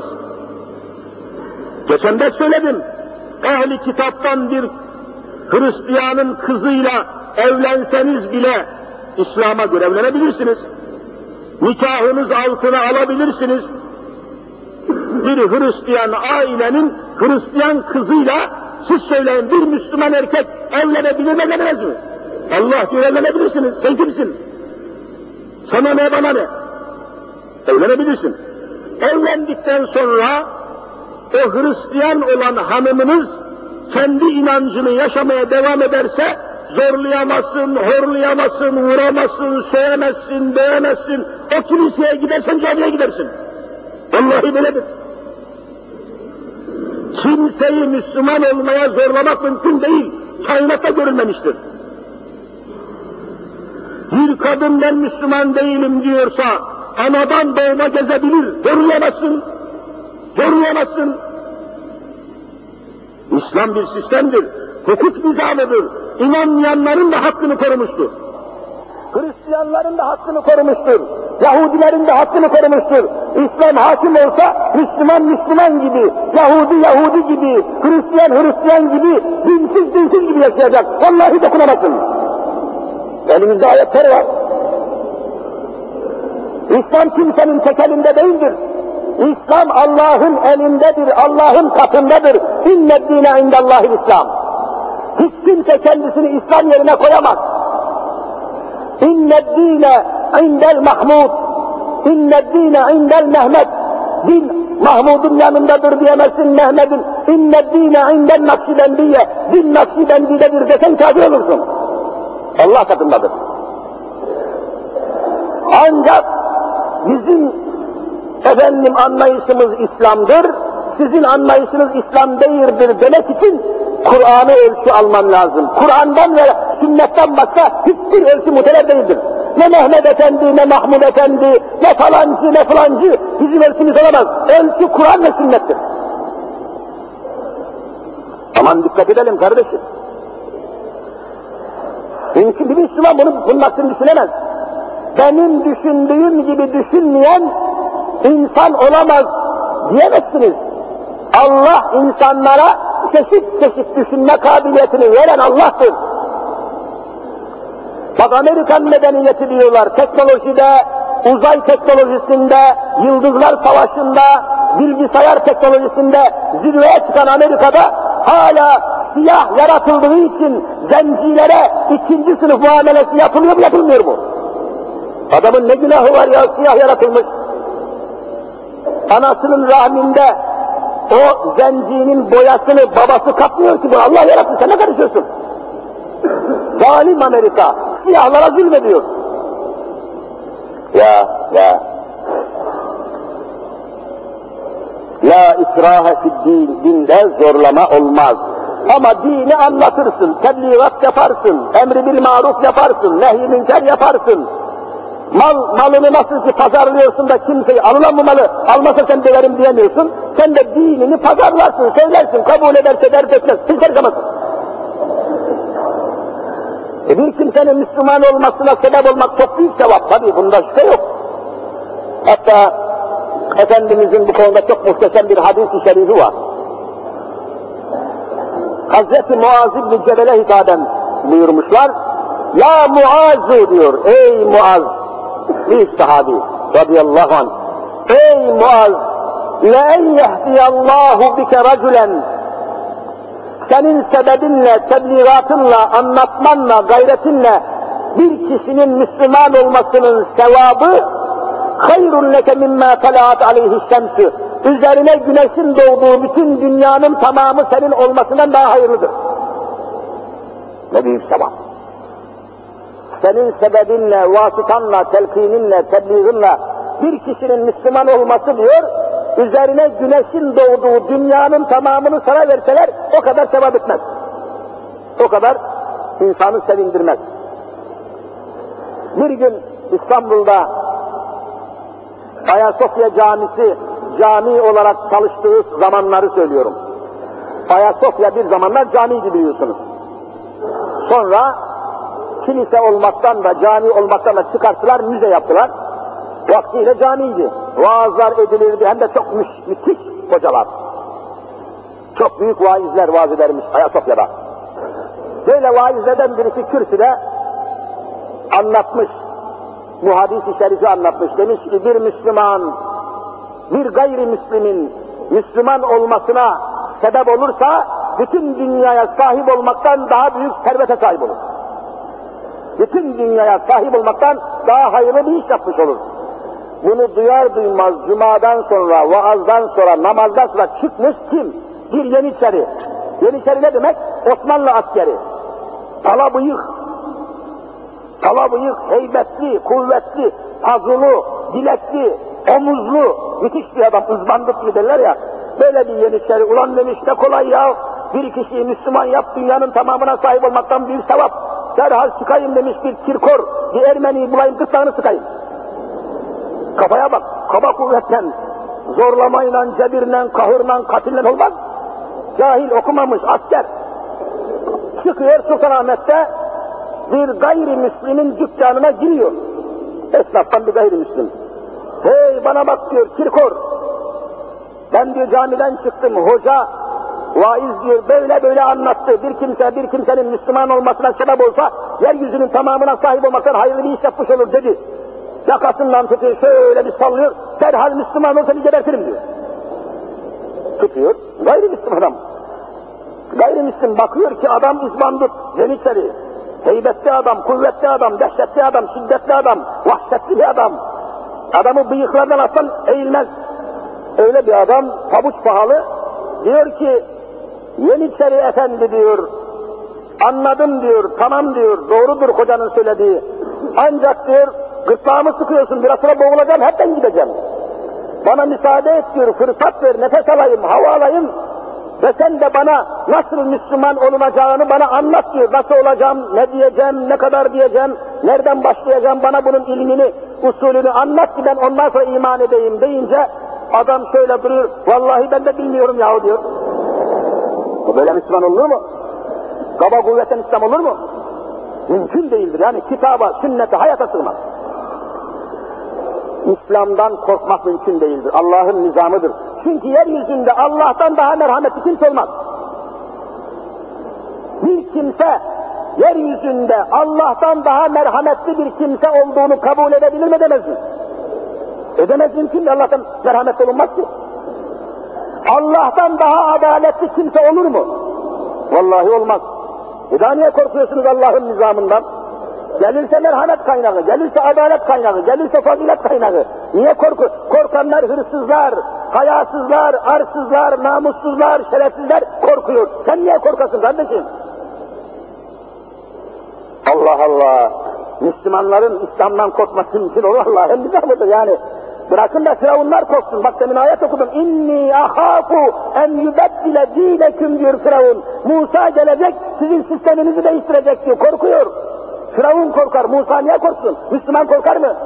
Geçen de söyledim, ehli kitaptan bir Hristiyanın kızıyla evlenseniz bile İslam'a göre evlenebilirsiniz. Nikahınız altına alabilirsiniz. Bir Hristiyan ailenin Hristiyan kızıyla siz söyleyin bir Müslüman erkek evlenebilir mi evlenemez mi? Allah diyor evlenebilirsiniz. Sen kimsin? Sana ne bana ne? Evlenebilirsin. Evlendikten sonra o Hristiyan olan hanımınız kendi inancını yaşamaya devam ederse zorlayamazsın, horlayamazsın, vuramazsın, sevemezsin, beğenmezsin. O kiliseye gidersen camiye gidersin. Vallahi böyledir. Kimseyi Müslüman olmaya zorlamak mümkün değil. Kainatta görülmemiştir. Bir kadın ben Müslüman değilim diyorsa anadan doğma gezebilir. Zorlayamazsın. Zorlayamazsın. İslam bir sistemdir. Hukuk nizamıdır. İnanmayanların da hakkını korumuştur. Hristiyanların da hakkını korumuştur. Yahudilerin de hakkını korumuştur. İslam hakim olsa Müslüman Müslüman gibi, Yahudi Yahudi gibi, Hristiyan Hristiyan gibi, dinsiz dinsiz gibi yaşayacak. Vallahi dokunamazsın. Elimizde ayetler var. İslam kimsenin tek elinde değildir. İslam Allah'ın elindedir, Allah'ın katındadır. İnned dîne indallâhil İslam. Hiç kimse kendisini İslam yerine koyamaz. İnned dîne indel Mahmud, inned dîne indel Mehmet. Din Mahmud'un yanındadır diyemezsin Mehmet'in. İnned dîne indel Nakşibendiye, din Nakşibendi'dedir desen kafir olursun. Allah katındadır. Ancak bizim efendim anlayışımız İslam'dır, sizin anlayışınız İslam değildir demek için Kur'an'ı ölçü alman lazım. Kur'an'dan ve sünnetten başka hiçbir ölçü muteber değildir. Ne Mehmet Efendi, ne Mahmud Efendi, ne falancı, ne falancı bizim ölçümüz olamaz. Ölçü Kur'an ve sünnettir. Aman dikkat edelim kardeşim. Çünkü bir Müslüman bunu, bunun aksini düşünemez. Benim düşündüğüm gibi düşünmeyen insan olamaz diyemezsiniz. Allah insanlara çeşit çeşit düşünme kabiliyetini veren Allah'tır. Bak Amerikan medeniyeti diyorlar, teknolojide, uzay teknolojisinde, yıldızlar savaşında, bilgisayar teknolojisinde zirveye çıkan Amerika'da hala siyah yaratıldığı için zencilere ikinci sınıf muamelesi yapılıyor mu yapılmıyor mu? Adamın ne günahı var ya, siyah yaratılmış. Anasının rahminde o zencinin boyasını babası kapmıyor ki, bu Allah yarattı, sen ne karışıyorsun? Zalim Amerika, siyahlara zulmediyor. Ya, ya. La ikrahe fiddin, dinde zorlama olmaz. Ama dini anlatırsın, tebliğat yaparsın, emri bil maruf yaparsın, nehy-i münker yaparsın. Mal, malını nasıl ki pazarlıyorsun da kimseyi alınan bu malı almasa sen döverim diyemiyorsun. Sen de dinini pazarlarsın, söylersin, kabul ederse dert etmez, hiç karışamazsın. E bir kimsenin Müslüman olmasına sebep olmak çok büyük sevap, tabii bunda şüphe yok. Hatta Efendimizin bu konuda çok muhteşem bir hadis-i şerifi var. Hazreti Muaz İbni Cebel'e hitaben buyurmuşlar. Ya Muaz'u diyor, ey Muaz, büyük sahabi radıyallahu anh. Ey Muaz, لَاَنْ يَهْدِيَ اللّٰهُ بِكَ رَجُلًا senin sebebinle, tebliğatınla, anlatmanla, gayretinle bir kişinin Müslüman olmasının sevabı hayrun leke mimma talaat aleyhi şemsü. Üzerine güneşin doğduğu bütün dünyanın tamamı senin olmasından daha hayırlıdır. Ne büyük sevap. Senin sebebinle, vasıtanla, telkininle, tebliğinle bir kişinin Müslüman olması diyor, üzerine güneşin doğduğu dünyanın tamamını sana verseler o kadar sevap etmez. O kadar insanı sevindirmez. Bir gün İstanbul'da Ayasofya Camisi cami olarak çalıştığı zamanları söylüyorum. Ayasofya bir zamanlar camiydi biliyorsunuz. Sonra kilise olmaktan da cami olmaktan da çıkarttılar, müze yaptılar. Vaktiyle camiydi. Vaazlar edilirdi, hem de çok mü müthiş hocalar. Çok büyük vaizler vaaz edermiş Ayasofya'da. Böyle vaizlerden birisi kürsüde anlatmış, bu hadis-i şerifi anlatmış. Demiş ki bir Müslüman, bir gayrimüslimin Müslüman olmasına sebep olursa, bütün dünyaya sahip olmaktan daha büyük servete sahip olur. Bütün dünyaya sahip olmaktan daha hayırlı bir iş yapmış olur. Bunu duyar duymaz cumadan sonra, vaazdan sonra, namazdan sonra çıkmış kim? Bir Yeniçeri. Yeniçeri ne demek? Osmanlı askeri. Tala bıyık, tala bıyık, heybetli, kuvvetli, pazulu, bilekli, omuzlu, müthiş bir adam, ızbandık gibi derler ya. Böyle bir Yeniçeri, ulan demiş ne kolay ya, bir kişiyi Müslüman yap, dünyanın tamamına sahip olmaktan büyük sevap. Derhal çıkayım demiş bir Kirkor, bir Ermeniyi bulayım, gırtlağını sıkayım. Kafaya bak, kaba kuvvetten, zorlamayla, cebirle, kahırla, katille olmaz. Cahil, okumamış, asker. Çıkıyor Sultanahmet'te, bir gayrimüslimin dükkanına giriyor. Esnaftan bir gayrimüslim. Hey bana bak diyor Kirkor, ben diyor camiden çıktım, hoca, vaiz diyor böyle böyle anlattı. Bir kimse bir kimsenin Müslüman olmasına sebep olsa, yeryüzünün tamamına sahip olmaktan hayırlı bir iş yapmış olur dedi. Yakasından tutuyor, şöyle bir sallıyor, derhal Müslüman olsa bir gebertirim diyor. Tutuyor, gayrimüslim adam. Gayrimüslim bakıyor ki adam izbandut, Yeniçeri, heybetli adam, kuvvetli adam, dehşetli adam, şiddetli adam, vahşetli bir adam. Adamı bıyıklardan atsan eğilmez. Öyle bir adam, pabuç pahalı, diyor ki, Yeniçeri efendi diyor, anladım diyor, tamam diyor, doğrudur hocanın söylediği. Ancak diyor, gırtlağımı sıkıyorsun, biraz sonra boğulacağım, hep ben gideceğim. Bana müsaade et diyor, fırsat ver, nefes alayım, hava alayım. Ve sen de bana nasıl Müslüman olunacağını bana anlat diyor. Nasıl olacağım, ne diyeceğim, ne kadar diyeceğim, nereden başlayacağım, bana bunun ilmini, usulünü anlat ki ben ondan sonra iman edeyim deyince adam şöyle duruyor, vallahi ben de bilmiyorum yahu diyor. Bu böyle Müslüman olur mu? Kaba kuvvetten İslam olur mu? Mümkün değildir. Yani kitaba, sünnete, hayata sığmaz. İslam'dan korkmak mümkün değildir. Allah'ın nizamıdır. Çünkü yeryüzünde Allah'tan daha merhametli kimse olmaz. Bir kimse yeryüzünde Allah'tan daha merhametli bir kimse olduğunu kabul edebilir mi, edemez mi? Edemez, mümkün değil, Allah'tan merhametli olunmaz ki. Allah'tan daha adaletli kimse olur mu? Vallahi olmaz. E daha niye korkuyorsunuz Allah'ın nizamından? Gelirse merhamet kaynağı, gelirse adalet kaynağı, gelirse fazilet kaynağı. Niye korku? Korkanlar hırsızlar, hayasızlar, arsızlar, namussuzlar, şerefsizler korkuyor. Sen niye korkasın kardeşim? Allah Allah! Müslümanların İslam'dan korkması mümkün olur, Allah'ın nizamıdır yani. Bırakın da Firavunlar korksun. Bak demin ayet okudum. İnni ahafu en yubeddile dineküm diyor Firavun. Musa gelecek, sizin sisteminizi değiştirecek diyor. Korkuyor. Firavun korkar, Musa niye korksun? Müslüman korkar mı?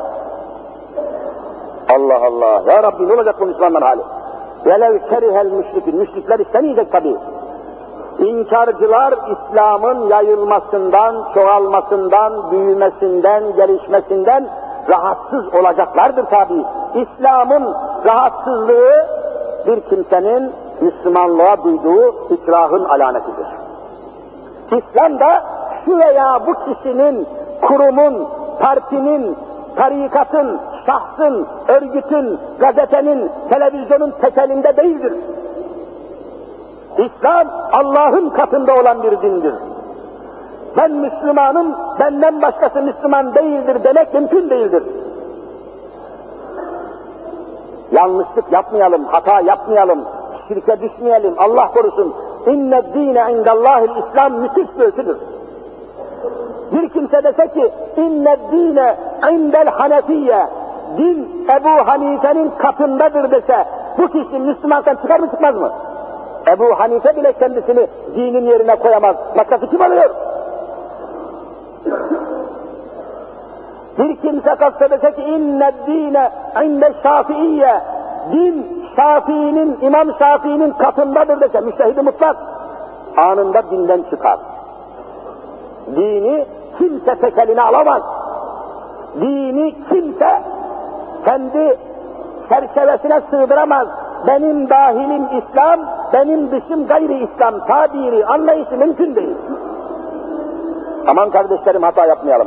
Allah Allah! Ya Rabbi ne olacak bu Müslümanların hali? Velev kerihel müşrikin, müşrikler istemeyecek tabii. İnkarcılar İslam'ın yayılmasından, çoğalmasından, büyümesinden, gelişmesinden rahatsız olacaklardır tabii. İslam'ın rahatsızlığı bir kimsenin Müslümanlığa duyduğu ikrahın alametidir. İslam da şu veya bu kişinin, kurumun, partinin, tarikatın, şahsın, örgütün, gazetenin, televizyonun tekelinde değildir. İslam Allah'ın katında olan bir dindir. Ben Müslümanım, benden başkası Müslüman değildir demek mümkün değildir. Yanlışlık yapmayalım, hata yapmayalım, şirke düşmeyelim, Allah korusun. İnne dîne indallâhil İslam müthiş bir ölçüdür. Bir kimse dese ki, inne dîne indel hanefiyye, din Ebu Hanife'nin katındadır dese, bu kişi Müslümansan çıkar mı çıkmaz mı? Ebu Hanife bile kendisini dinin yerine koyamaz. Başkası kim oluyor? Bir kimse kalksa dese ki inne dîne inde şafiiyye, din Şafii'nin, İmam Şafii'nin katındadır dese, müştehid-i mutlak, anında dinden çıkar. Dini kimse tek eline alamaz. Dini kimse kendi çerçevesine sığdıramaz. Benim dahilim İslam, benim dışım gayri İslam tabiri, anlayışı mümkün değil. Aman kardeşlerim, hata yapmayalım.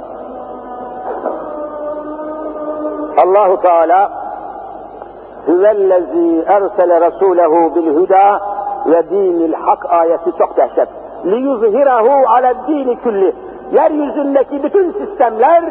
Allahu Teala huvellezî ersele rasûlehu bil huda ve dinil hak ayeti çok dehşet. Liyuzhirahu ale'd-dîni külli. Yeryüzündeki bütün sistemler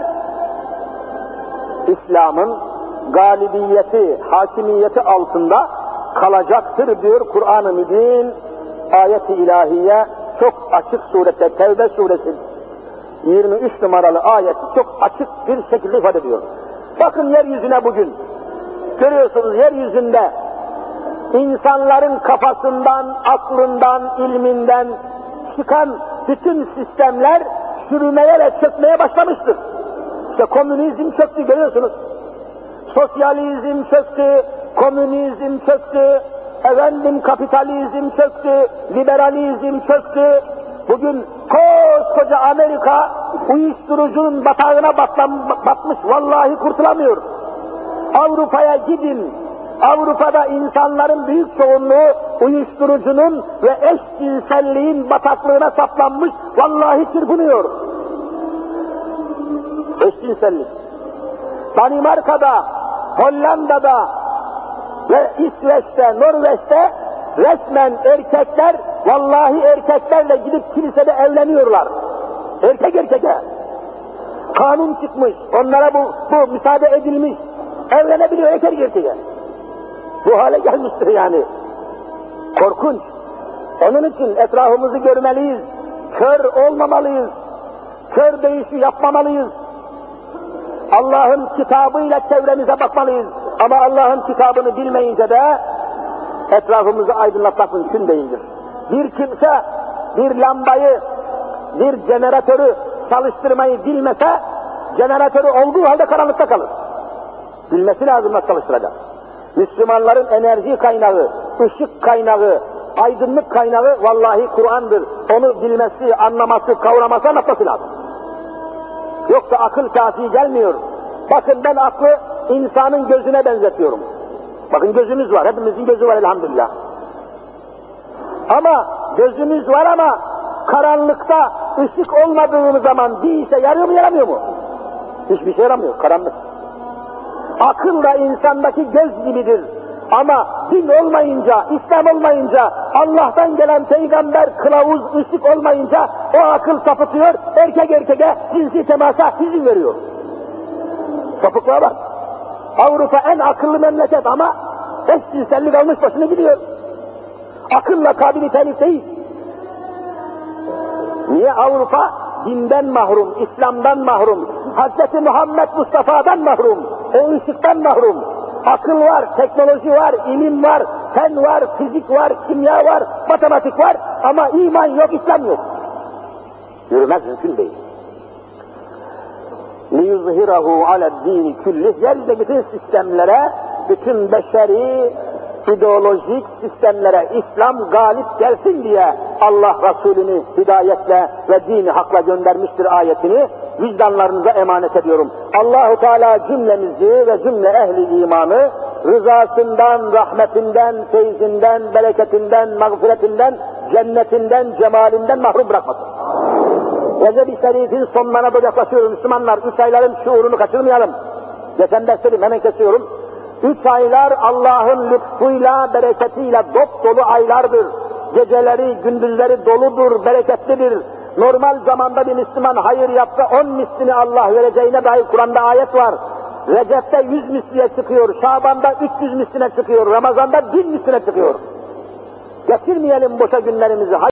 İslam'ın galibiyeti, hakimiyeti altında kalacaktır diyor Kur'an-ı Mübin, ayet-i ilahiye çok açık surette, Tevbe suresi yirmi üç numaralı ayeti çok açık bir şekilde ifade ediyor. Bakın yeryüzüne bugün, görüyorsunuz yeryüzünde insanların kafasından, aklından, ilminden çıkan bütün sistemler çürümeye ve çökmeye başlamıştır. İşte komünizm çöktü, görüyorsunuz. Sosyalizm çöktü, komünizm çöktü, efendim kapitalizm çöktü, liberalizm çöktü. Bugün koskoca Amerika uyuşturucunun batağına batlam, batmış, vallahi kurtulamıyor. Avrupa'ya gidin, Avrupa'da insanların büyük çoğunluğu uyuşturucunun ve eşcinselliğin bataklığına saplanmış, vallahi çırpınıyor. Eşcinsellik. Danimarka'da, Hollanda'da ve İsveç'te, Norveç'te resmen erkekler, vallahi erkeklerle gidip kilisede evleniyorlar. Erkek erkeke. Kanun çıkmış, onlara bu, bu müsaade edilmiş. Evlenebiliyor erkek erkeke. Bu hale gelmiştir yani. Korkunç. Onun için etrafımızı görmeliyiz. Kör olmamalıyız. Kör dövüşü yapmamalıyız. Allah'ın kitabıyla çevremize bakmalıyız. Ama Allah'ın kitabını bilmeyince de etrafımızı aydınlatmak mümkün değildir. Bir kimse bir lambayı, bir jeneratörü çalıştırmayı bilmese, jeneratörü olduğu halde karanlıkta kalır. Bilmesi lazım nasıl çalıştıracak. Müslümanların enerji kaynağı, ışık kaynağı, aydınlık kaynağı vallahi Kur'an'dır. Onu bilmesi, anlaması, kavraması, anlatması lazım. Yoksa akıl kafi gelmiyor. Bakın ben aklı insanın gözüne benzetiyorum. Bakın gözümüz var, hepimizin gözü var elhamdülillah. Ama gözümüz var ama karanlıkta ışık olmadığımız zaman bir işe yarıyor mu, yaramıyor mu? Hiçbir şey yaramıyor, karanlık. Akıl da insandaki göz gibidir. Ama din olmayınca, İslam olmayınca, Allah'tan gelen peygamber, kılavuz, ışık olmayınca o akıl sapıtıyor, erkek erkeğe cinsi temasa izin veriyor. Sapıklığa bak. Avrupa en akıllı memleket ama eşcinsellik almış başına gidiyor. Akılla kabili telif değil. Niye Avrupa? Dinden mahrum, İslam'dan mahrum, Hazreti Muhammed Mustafa'dan mahrum, o ışıktan mahrum. Akıl var, teknoloji var, ilim var, fen var, fizik var, kimya var, matematik var ama iman yok, İslam yok. Yürümez, mümkün değil. لِيُظْهِرَهُ عَلَى الدِّينِ كُلِّهِ Yeryüzünde bütün sistemlere, bütün beşeri, ideolojik sistemlere İslam galip gelsin diye Allah Resulü'nü hidayetle ve dini hakla göndermiştir ayetini vicdanlarınıza emanet ediyorum. Allahu Teala cümlemizi ve cümle ehli imanı rızasından, rahmetinden, feyzinden, bereketinden, mağfiretinden, cennetinden, cemalinden mahrum bırakmasın. Recep-i Şerif'in sonlarına doğru yaklaşıyoruz Müslümanlar. Üç ayların şuurunu kaçırmayalım. Geçen ders dedim, hemen kesiyorum. Üç aylar Allah'ın lütfuyla, bereketiyle dop dolu aylardır. Geceleri, gündüzleri doludur, bereketlidir. Normal zamanda bir Müslüman hayır yapsa on mislini Allah vereceğine dair Kur'an'da ayet var. Recep'te yüz misliye çıkıyor, Şaban'da üç yüz misline çıkıyor, Ramazan'da bin misline çıkıyor. Geçirmeyelim boşa günlerimizi.